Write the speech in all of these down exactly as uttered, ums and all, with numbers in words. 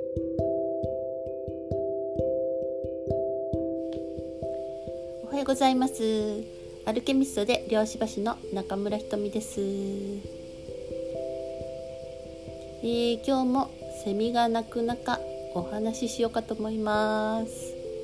おはようございます。アルケミストで漁師橋の中村ひとみです。えー、今日もセミが鳴く中お話ししようかと思います。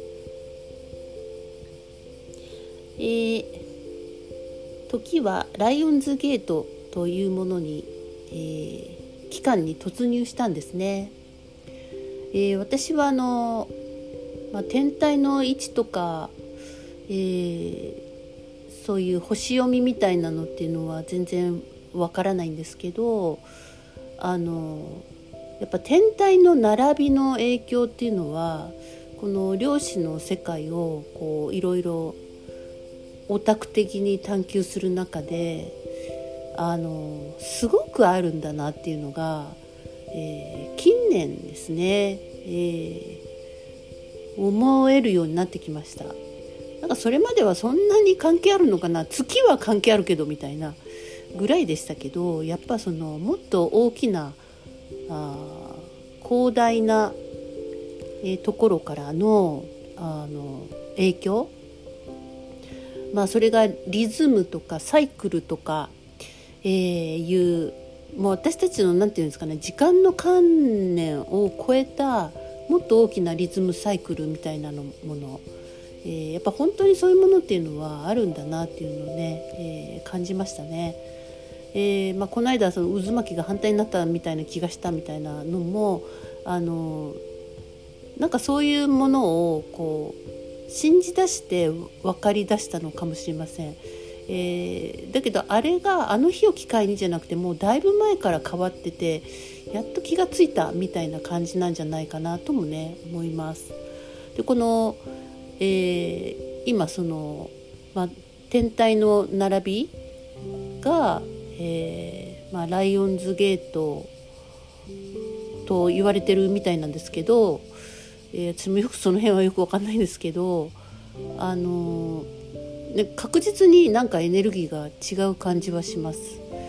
えー、時はライオンズゲートというものに、えー、期間に突入したんですね。えー、私はあの、まあ、天体の位置とか、えー、そういう星読みみたいなのっていうのは全然わからないんですけど、あのやっぱ天体の並びの影響っていうのはこの量子の世界をこういろいろオタク的に探求する中であのすごくあるんだなっていうのが、えー、近年ですね、えー、思えるようになってきました。なんかそれまではそんなに関係あるのかな、月は関係あるけどみたいなぐらいでしたけど、やっぱそのもっと大きなあ広大な、えー、ところからの、あの影響、まあ、それがリズムとかサイクルとか、えー、いうもう私たちのなんていうんですかね、時間の観念を超えたもっと大きなリズムサイクルみたいなのもの、えー、やっぱ本当にそういうものっていうのはあるんだなっていうのをね、えー、感じましたね。えーまあ、この間その渦巻きが反対になったみたいな気がしたみたいなのも、あのなんかそういうものをこう信じ出して分かり出したのかもしれません。えー、だけどあれがあの日を機会にじゃなくてもうだいぶ前から変わってて、やっと気がついたみたいな感じなんじゃないかなともね思います。でこの、えー、今その、まあ、天体の並びがえーまあ、ライオンズゲートと言われてるみたいなんですけど、えー、私もよくその辺はよく分かんないんですけど、あのーね、確実になんかエネルギーが違う感じはします。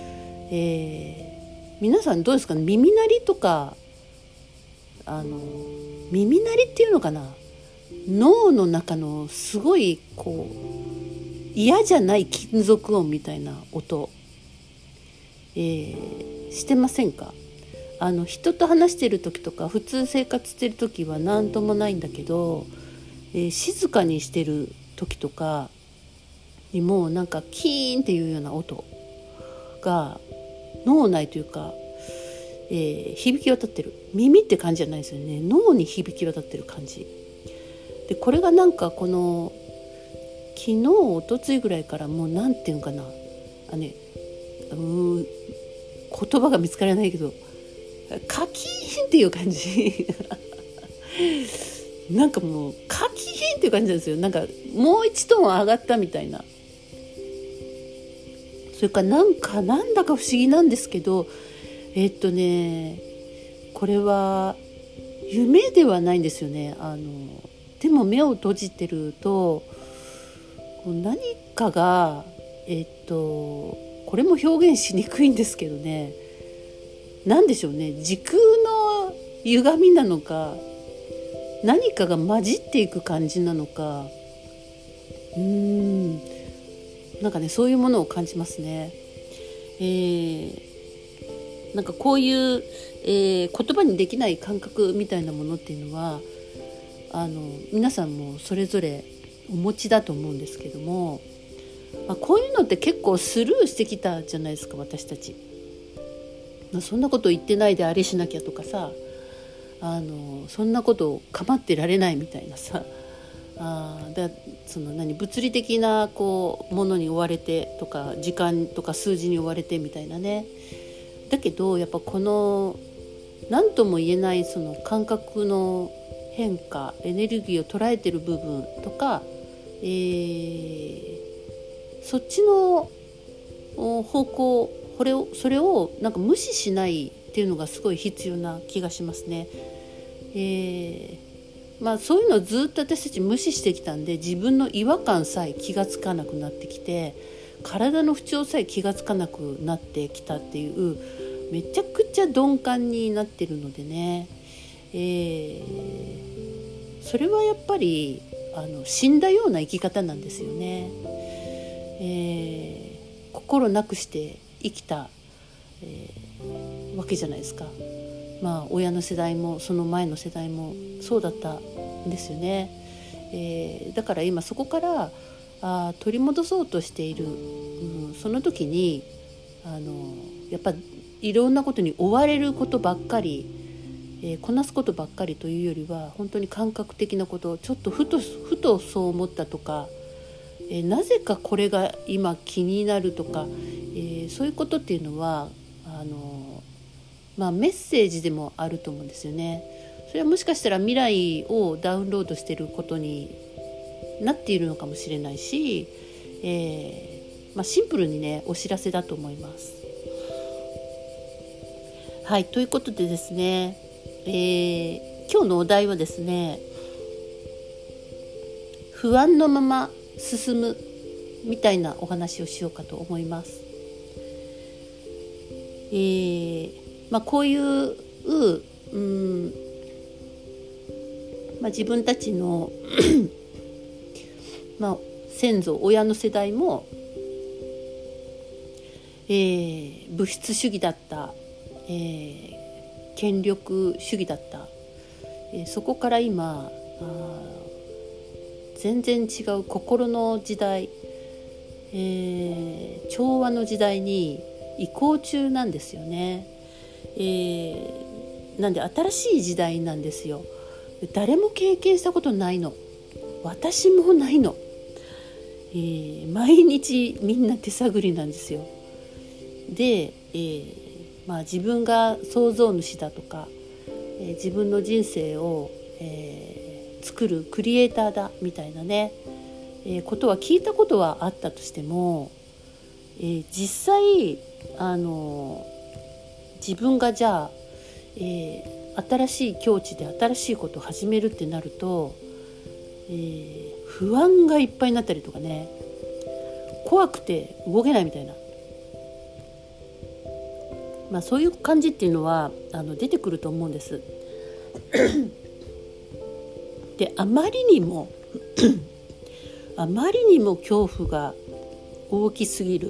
えー、皆さんどうですかね、耳鳴りとか、あのー、耳鳴りっていうのかな、脳の中のすごいこう嫌じゃない金属音みたいな音、えー、してませんか？あの人と話してる時とか普通生活してる時は何ともないんだけど、えー、静かにしてる時とかにもなんかキーンっていうような音が脳内というか、えー、響き渡ってる、耳って感じじゃないですよね、脳に響き渡ってる感じで、これがなんかこの昨日おとついぐらいからもうなんていうのかな、あねうーん言葉が見つからないけどカキーンっていう感じなんかもうカキーンっていう感じなんですよ。なんかもう一トーン上がったみたいな。それからなんかなんだか不思議なんですけど、えっとねこれは夢ではないんですよね。あのでも目を閉じてると何かがえっとこれも表現しにくいんですけどね、なんでしょうね、時空の歪みなのか何かが混じっていく感じなのか、うーんなんかねそういうものを感じますね。えー、なんかこういう、えー、言葉にできない感覚みたいなものっていうのはあの皆さんもそれぞれお持ちだと思うんですけども、まあ、こういうのって結構スルーしてきたじゃないですか、私たち。そんなこと言ってないであれしなきゃとかさ、あのそんなことを構ってられないみたいなさ、あだその何物理的なこうものに追われてとか時間とか数字に追われてみたいなね。だけどやっぱこの何とも言えないその感覚の変化、エネルギーを捉えてる部分とか、えー、そっちの方向、これをそれをなんか無視しないっていうのがすごい必要な気がしますね。えー、まあそういうのをずっと私たち無視してきたんで、自分の違和感さえ気がつかなくなってきて、体の不調さえ気がつかなくなってきたっていうめちゃくちゃ鈍感になってるのでね、 えー、それはやっぱりあの死んだような生き方なんですよね。えー、心なくして生きた、えー、わけじゃないですか。まあ親の世代もその前の世代もそうだったんですよね。えー、だから今そこからあ取り戻そうとしている、うん、その時にあのやっぱいろんなことに追われることばっかり、えー、こなすことばっかりというよりは本当に感覚的なこと、ちょっとふとふとそう思ったとか、えー、なぜかこれが今気になるとか、えー、そういうことっていうのはあの、まあ、メッセージでもあると思うんですよね。それはもしかしたら未来をダウンロードしていることになっているのかもしれないし、えーまあ、シンプルにねお知らせだと思います。はい、ということでですね、えー、今日のお題はですね、不安のまま進むみたいなお話をしようかと思います。えーまあ、こういう、うんまあ、自分たちのまあ、先祖親の世代も、えー、物質主義だった、えー、権力主義だった、えー、そこから今あ全然違う心の時代、えー、調和の時代に移行中なんですよね。えー、なんで新しい時代なんですよ。誰も経験したことないの、私もないの。えー、毎日みんな手探りなんですよ。で、えーまあ、自分が創造主だとか、えー、自分の人生を、えー、作るクリエイターだみたいなね、えー、ことは聞いたことはあったとしても、えー、実際あのー、自分がじゃあ、えー、新しい境地で新しいことを始めるってなると、えー不安がいっぱいになったりとかね、怖くて動けないみたいな、まあ、そういう感じっていうのはあの出てくると思うんですで、あまりにもあまりにも恐怖が大きすぎる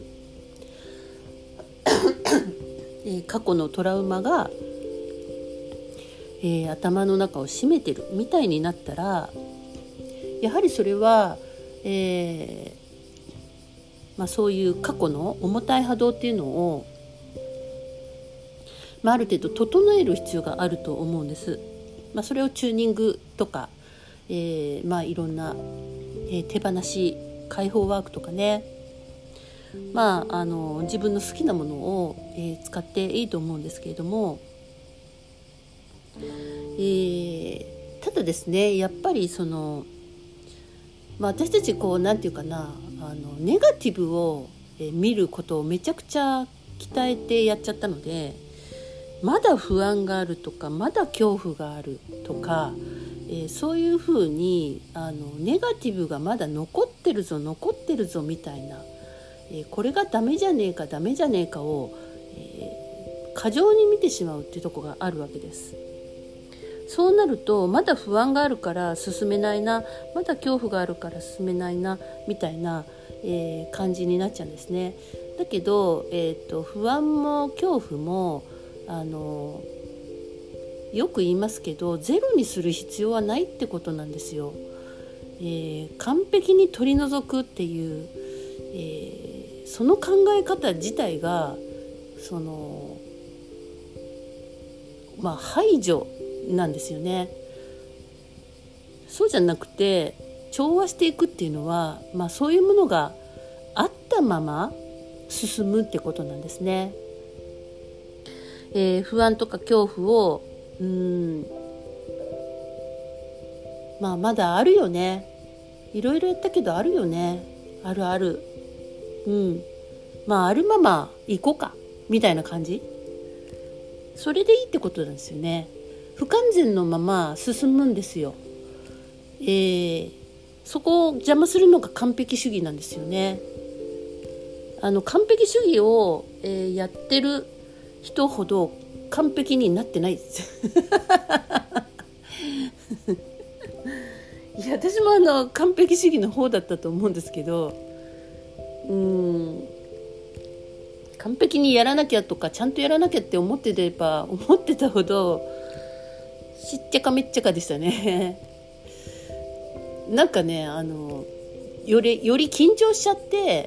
え過去のトラウマが、えー、頭の中を占めてるみたいになったら、やはりそれは、えーまあ、そういう過去の重たい波動っていうのを、まあ、ある程度整える必要があると思うんです。まあ、それをチューニングとか、えーまあ、いろんな、えー、手放し解放ワークとかね、まあ、あの自分の好きなものを、えー、使っていいと思うんですけれども、えー、ただですね、やっぱりそのまあ、私たちこうなんていうかな、あのネガティブを見ることをめちゃくちゃ鍛えてやっちゃったので、まだ不安があるとかまだ恐怖があるとか、えー、そういうふうにあのネガティブがまだ残ってるぞ残ってるぞみたいな、えー、これがダメじゃねえかダメじゃねえかを、えー、過剰に見てしまうっていうところがあるわけです。そうなるとまだ不安があるから進めないな、まだ恐怖があるから進めないなみたいな、えー、感じになっちゃうんですね。だけど、えーと、不安も恐怖もあのよく言いますけどゼロにする必要はないってことなんですよ。えー、完璧に取り除くっていう、えー、その考え方自体がそのまあ排除なんですよね。そうじゃなくて調和していくっていうのは、まあ、そういうものがあったまま進むってことなんですね。えー、不安とか恐怖をうーん、まあ、まだあるよね、いろいろやったけどあるよね、あるある、うんまああるまま行こうかみたいな感じ、それでいいってことなんですよね。不完全のまま進むんですよ。えー、そこを邪魔するのが完璧主義なんですよね。あの完璧主義を、えー、やってる人ほど完璧になってないですあの完璧主義の方だったと思うんですけど、うーん完璧にやらなきゃとかちゃんとやらなきゃって思ってれば思ってたほどしっちゃかめっちゃかでしたねなんかねあのよりより緊張しちゃって、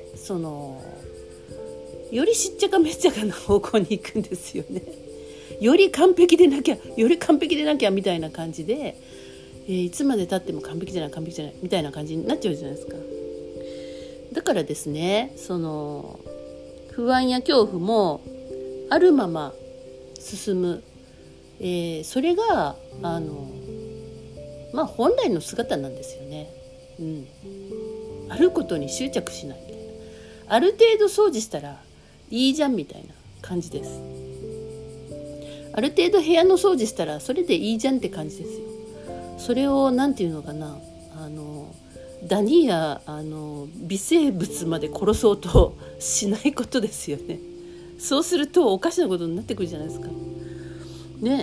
そのよりしっちゃかめっちゃかな方向に行くんですよねより完璧でなきゃより完璧でなきゃみたいな感じで、えー、いつまで経っても完璧じゃない完璧じゃないみたいな感じになっちゃうじゃないですか。だからですね、その不安や恐怖もあるまま進む、えー、それがあのまあ本来の姿なんですよね。うん、あることに執着しないみたいな、ある程度掃除したらいいじゃんみたいな感じです。ある程度部屋の掃除したらそれでいいじゃんって感じですよ。それをなんていうのかな、あのダニやあの微生物まで殺そうとしないことですよね。そうするとおかしなことになってくるじゃないですかね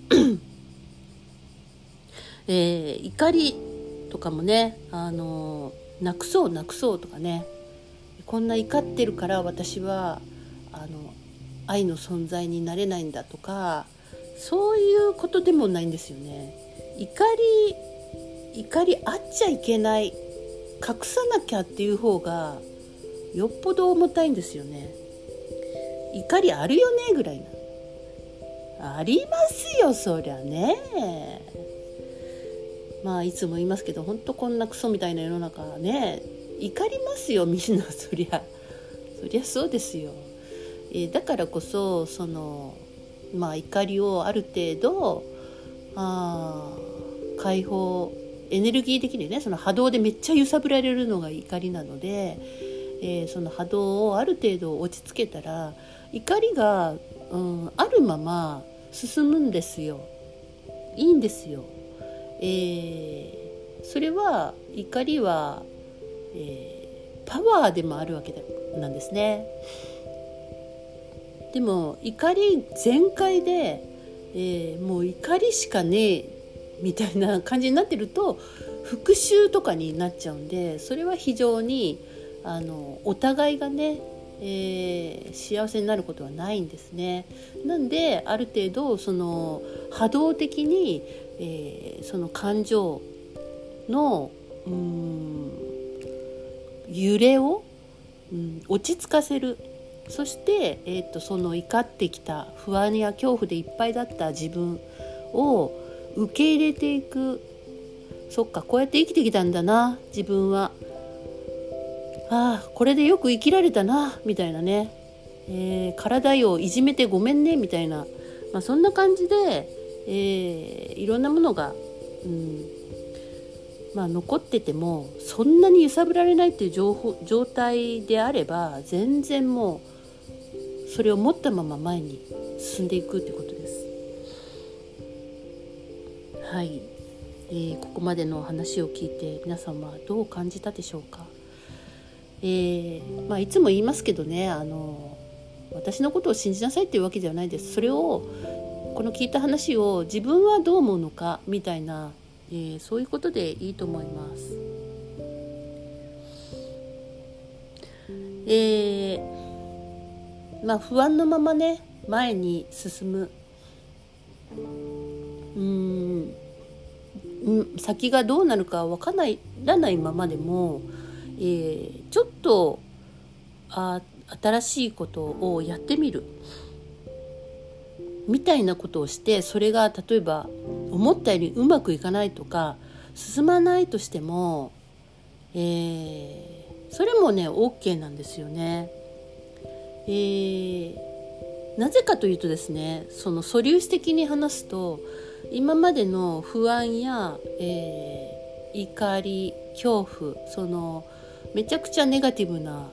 えー、怒りとかもね、あのなくそうなくそうとかね、こんな怒ってるから私はあの愛の存在になれないんだとか、そういうことでもないんですよね。怒り怒りあっちゃいけない、隠さなきゃっていう方がよっぽど重たいんですよね。怒りあるよねぐらいな、ありますよそりゃね。まあいつも言いますけど、本当こんなクソみたいな世の中ね、怒りますよみんな。そりゃそりゃそうですよ。えー、だからこそそのまあ怒りをある程度あ解放、エネルギー的にね、その波動でめっちゃ揺さぶられるのが怒りなので、えー、その波動をある程度落ち着けたら怒りが、うん、あるまま進むんですよ。いいんですよ。えー、それは怒りは、えー、パワーでもあるわけなんですね。でも怒り全開で、えー、もう怒りしかねえみたいな感じになってると復讐とかになっちゃうんで、それは非常にあのお互いがね、えー、幸せになることはないんですね。なんである程度その波動的に、えー、その感情のうーん揺れを、うん、落ち着かせる。そして、えー、とその怒ってきた不安や恐怖でいっぱいだった自分を受け入れていく。そっか、こうやって生きてきたんだな自分は、ああこれでよく生きられたなみたいなね、えー、体をいじめてごめんねみたいな、まあ、そんな感じで、えー、いろんなものが、うんまあ、残っててもそんなに揺さぶられないっていう情報状態であれば、全然もうそれを持ったまま前に進んでいくということです。はい、えー、ここまでの話を聞いて皆さんはどう感じたでしょうか。えーまあ、いつも言いますけどね、あの私のことを信じなさいっていうわけではないです。それをこの聞いた話を自分はどう思うのかみたいな、えー、そういうことでいいと思います。えーまあ、不安のままね前に進む、うーん先がどうなるか分からないらないままでも、えー、ちょっとあ新しいことをやってみるみたいなことをして、それが例えば思ったよりうまくいかないとか進まないとしても、えー、それもね OK なんですよね。えー、なぜかというとですね、その素粒子的に話すと今までの不安や、えー、怒り恐怖、そのめちゃくちゃネガティブな、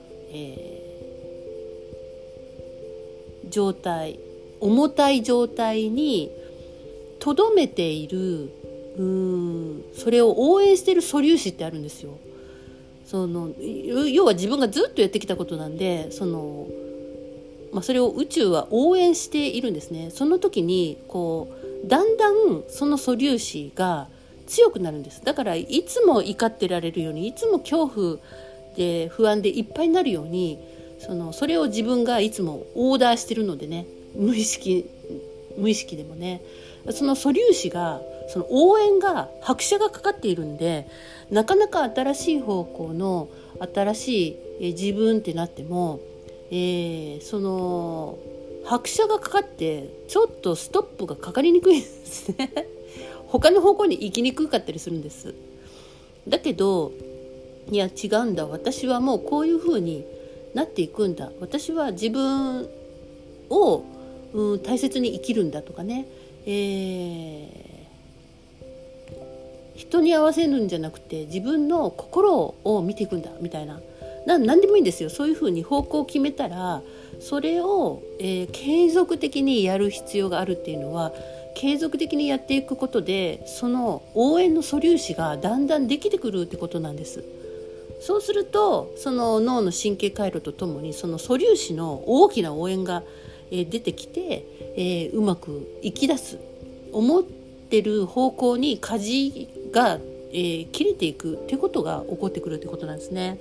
えー、状態、重たい状態にとどめている、うーんそれを応援している素粒子ってあるんですよ。その要は自分がずっとやってきたことなんで、そのまあ、それを宇宙は応援しているんですね。その時にこうだんだんその素粒子が強くなるんです。だからいつも怒ってられるように、いつも恐怖で不安でいっぱいになるように、そのそれを自分がいつもオーダーしてるのでね、無意識無意識でもね、その素粒子が、その応援が拍車がかかっているんで、なかなか新しい方向の新しいえ自分ってなっても、えー、その拍車がかかってちょっとストップがかかりにくいんですね他の方向に行きにくかったりするんです。だけど、いや違うんだ、私はもうこういう風になっていくんだ、私は自分を、うん、大切に生きるんだとかね、えー、人に合わせるんじゃなくて自分の心を見ていくんだみたいな、な何でもいいんですよ。そういう風に方向を決めたら、それを、えー、継続的にやる必要があるっていうのは、継続的にやっていくことで、その応援の素粒子がだんだんできてくるってことなんです。そうすると、その脳の神経回路とともに、その素粒子の大きな応援が、えー、出てきて、えー、うまくいき出す、思ってる方向に舵が、えー、切れていくっていうことが起こってくるってことなんですね。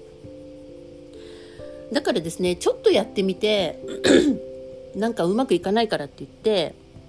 だからですね、ちょっとやってみてなんかうまくいかないからって言って、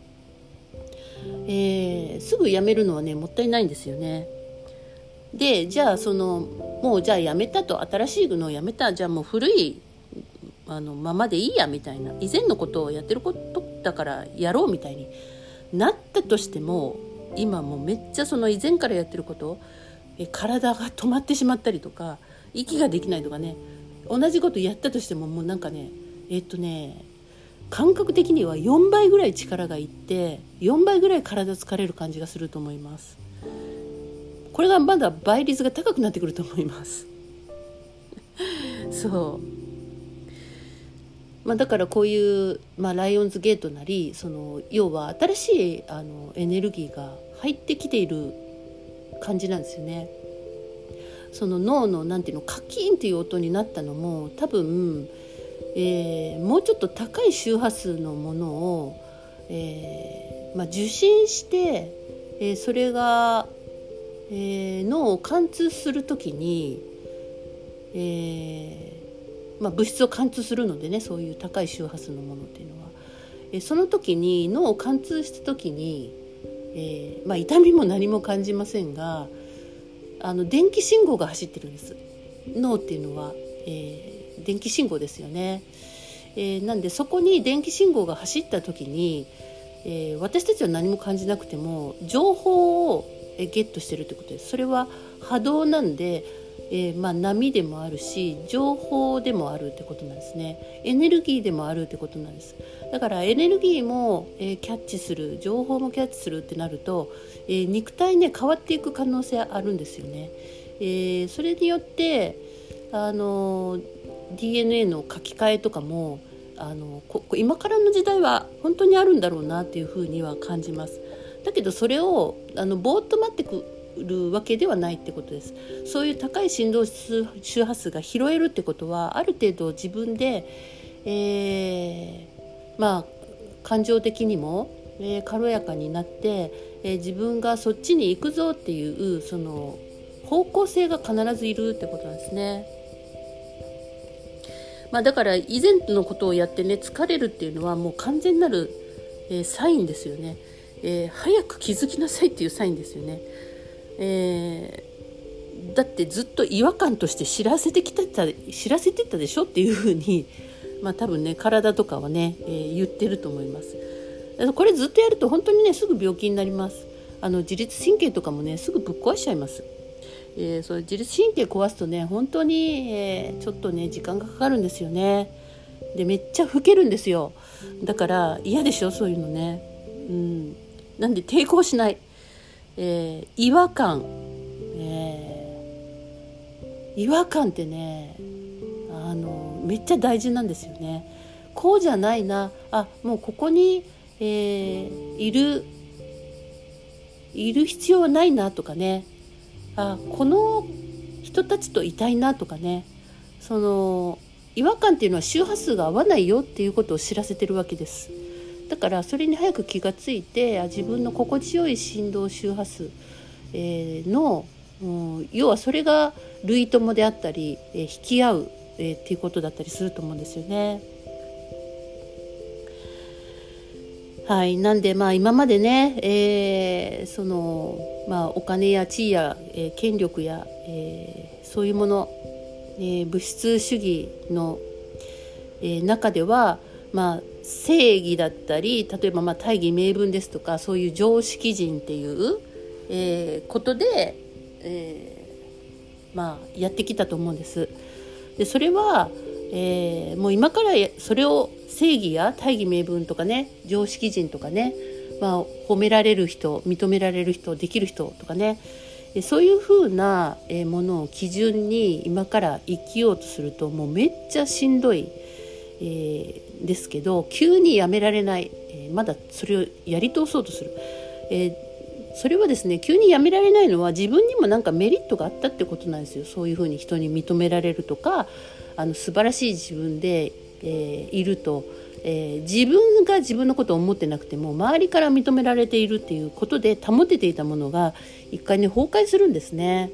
えー、すぐやめるのはね、もったいないんですよね。で、じゃあそのもうじゃあやめたと、新しいのをやめた、じゃあもう古いあのままでいいやみたいな、以前のことをやってることだからやろうみたいになったとしても、今もうめっちゃその以前からやってること、え体が止まってしまったりとか、息ができないとかね、同じことやったとしてももうなんかね、えっとね感覚的にはよんばいぐらい力がいって、よんばいぐらい体疲れる感じがすると思います。これがまだ倍率が高くなってくると思いますそう、まあ、だからこういう、まあ、ライオンズゲートなり、その要は新しいあのエネルギーが入ってきている感じなんですよね。その脳のなんていうの、カキーンっていう音になったのも、多分、えー、もうちょっと高い周波数のものを、えーまあ、受信して、えー、それが、えー、脳を貫通するときに、えーまあ、物質を貫通するのでね、そういう高い周波数のものっていうのは、えー、その時に脳を貫通した時に、えーまあ、痛みも何も感じませんが、あの電気信号が走ってるんです。脳っていうのは、えー、電気信号ですよね、えー、なんでそこに電気信号が走った時に、えー、私たちは何も感じなくても情報をゲットしてるってことです。それは波動なんで、えーまあ、波でもあるし、情報でもあるってことなんですね。エネルギーでもあるってことなんです。だからエネルギーも、えー、キャッチする、情報もキャッチするってなると、えー、肉体ね変わっていく可能性あるんですよね。えー、それによってあの ディーエヌエー の書き換えとかも、あのこ今からの時代は本当にあるんだろうなっていうふうには感じます。だけどそれをあのぼーっと待ってくるわけではないってことです。そういう高い振動周波数が拾えるってことは、ある程度自分で、えー、まあ感情的にも、えー、軽やかになって、えー、自分がそっちに行くぞっていうその方向性が必ずいるってことなんですね。まあ、だから以前のことをやってね疲れるっていうのはもう完全なる、えー、サインですよね。えー、早く気づきなさいっていうサインですよね。えー、だってずっと違和感として知らせてきてた知らせてたでしょっていうふうに、まあ、多分ね体とかはね、えー、言ってると思います。これずっとやると本当にねすぐ病気になります。あの自律神経とかもねすぐぶっ壊しちゃいます。えー、それ自律神経壊すとね本当に、えー、ちょっとね時間がかかるんですよね。でめっちゃ老けるんですよ。だから嫌でしょそういうのね。うん、なんで抵抗しない、えー、違和感、えー、違和感ってねあのめっちゃ大事なんですよね。こうじゃないな、あもうここに、えー、いるいる必要はないなとかね、あこの人たちといたいなとかね、その違和感っていうのは周波数が合わないよっていうことを知らせてるわけです。だからそれに早く気がついて、自分の心地よい振動周波数、 えー、の、うん、要はそれが類友であったり、えー、引き合う、えー、っていうことだったりすると思うんですよね。はい、なんでまあ今までね、えー、そのまあお金や地位や、えー、権力や、えー、そういうもの、えー、物質主義の、えー、中ではまあ正義だったり、例えばまあ大義名分ですとか、そういう常識人っていう、えー、ことで、えー、まあやってきたと思うんです。でそれは、えー、もう今からそれを正義や大義名分とかね、常識人とかね、まあ、褒められる人、認められる人、できる人とかね、そういうふうなものを基準に今から生きようとするともうめっちゃしんどい、えー、ですけど、急にやめられない、えー、まだそれをやり通そうとする、えー、それはですね、急にやめられないのは自分にもなんかメリットがあったってことなんですよ。そういうふうに人に認められるとか、あの素晴らしい自分で、えー、いると、えー、自分が自分のことを思ってなくても周りから認められているっていうことで保てていたものが一回ね崩壊するんですね。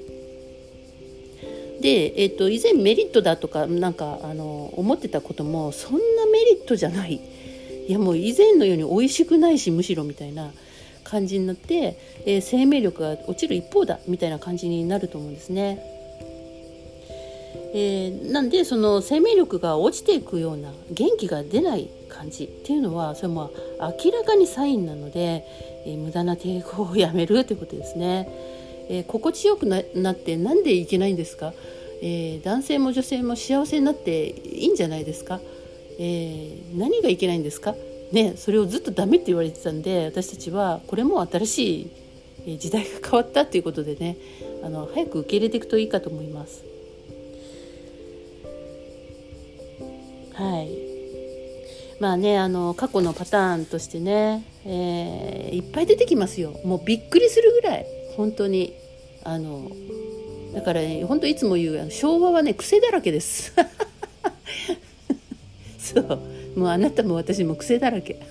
で、えー、と以前メリットだとかなんかあの思ってたこともそんなメリットじゃない、いやもう以前のように美味しくないし、むしろみたいな感じになって、えー、生命力が落ちる一方だみたいな感じになると思うんですね。えー、なんでその生命力が落ちていくような、元気が出ない感じっていうのは、それも明らかにサインなので、えー、無駄な抵抗をやめるということですね。えー、心地よく な, なってなんでいけないんですか。えー、男性も女性も幸せになっていいんじゃないですか。えー、何がいけないんですかね。それをずっとダメって言われてたんで、私たちはこれも新しい時代が変わったということでね、あの早く受け入れていくといいかと思います。はい、まあね、あの過去のパターンとしてね、えー、いっぱい出てきますよ。もうびっくりするぐらい本当に、あのだから、ね、本当いつも言う昭和はね癖だらけですそうもうあなたも私も癖だらけ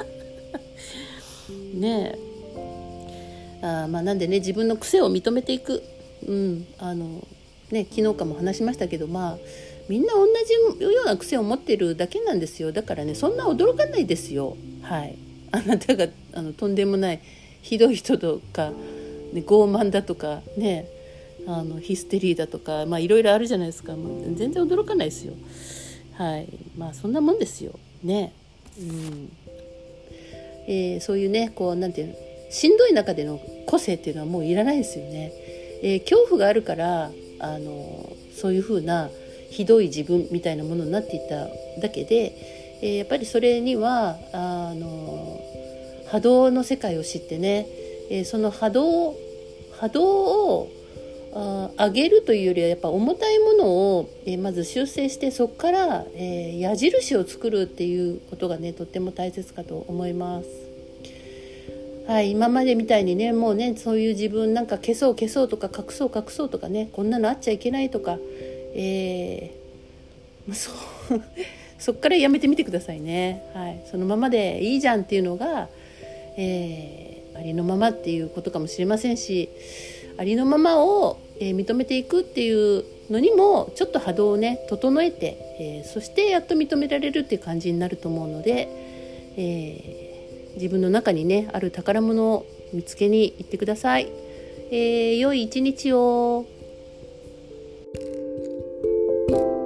ねえ、あまあなんでね、自分の癖を認めていく、うんあのね、昨日かも話しましたけど、まあみんな同じような癖を持ってるだけなんですよ。だからね、そんな驚かないですよ。はい、あなたがあのとんでもないひどい人とか、ね、傲慢だとかね、あのヒステリーだとか、まあいろいろあるじゃないですか。もう全然驚かないですよ。はい、まあそんなもんですよね。うんえー、そういうね、こうなんていうの、しんどい中での個性っていうのはもういらないですよね。えー、恐怖があるからあのそういう風なひどい自分みたいなものになっていっただけで、えー、やっぱりそれにはあの波動の世界を知ってね、えー、その波動波動をあ上げるというよりはやっぱ重たいものを、えー、まず修正して、そこから、えー、矢印を作るっていうことがねとっても大切かと思います。はい、今までみたいにね、もうねそういう自分なんか消そう消そうとか隠そう隠そうとかね、こんなのあっちゃいけないとか、えー、そ, そっからやめてみてくださいね。はい、そのままでいいじゃんっていうのが、えー、ありのままっていうことかもしれませんし、ありのままを、えー、認めていくっていうのにもちょっと波動をね整えて、えー、そしてやっと認められるっていう感じになると思うので、えー、自分の中にねある宝物を見つけに行ってください。えー、良い一日を。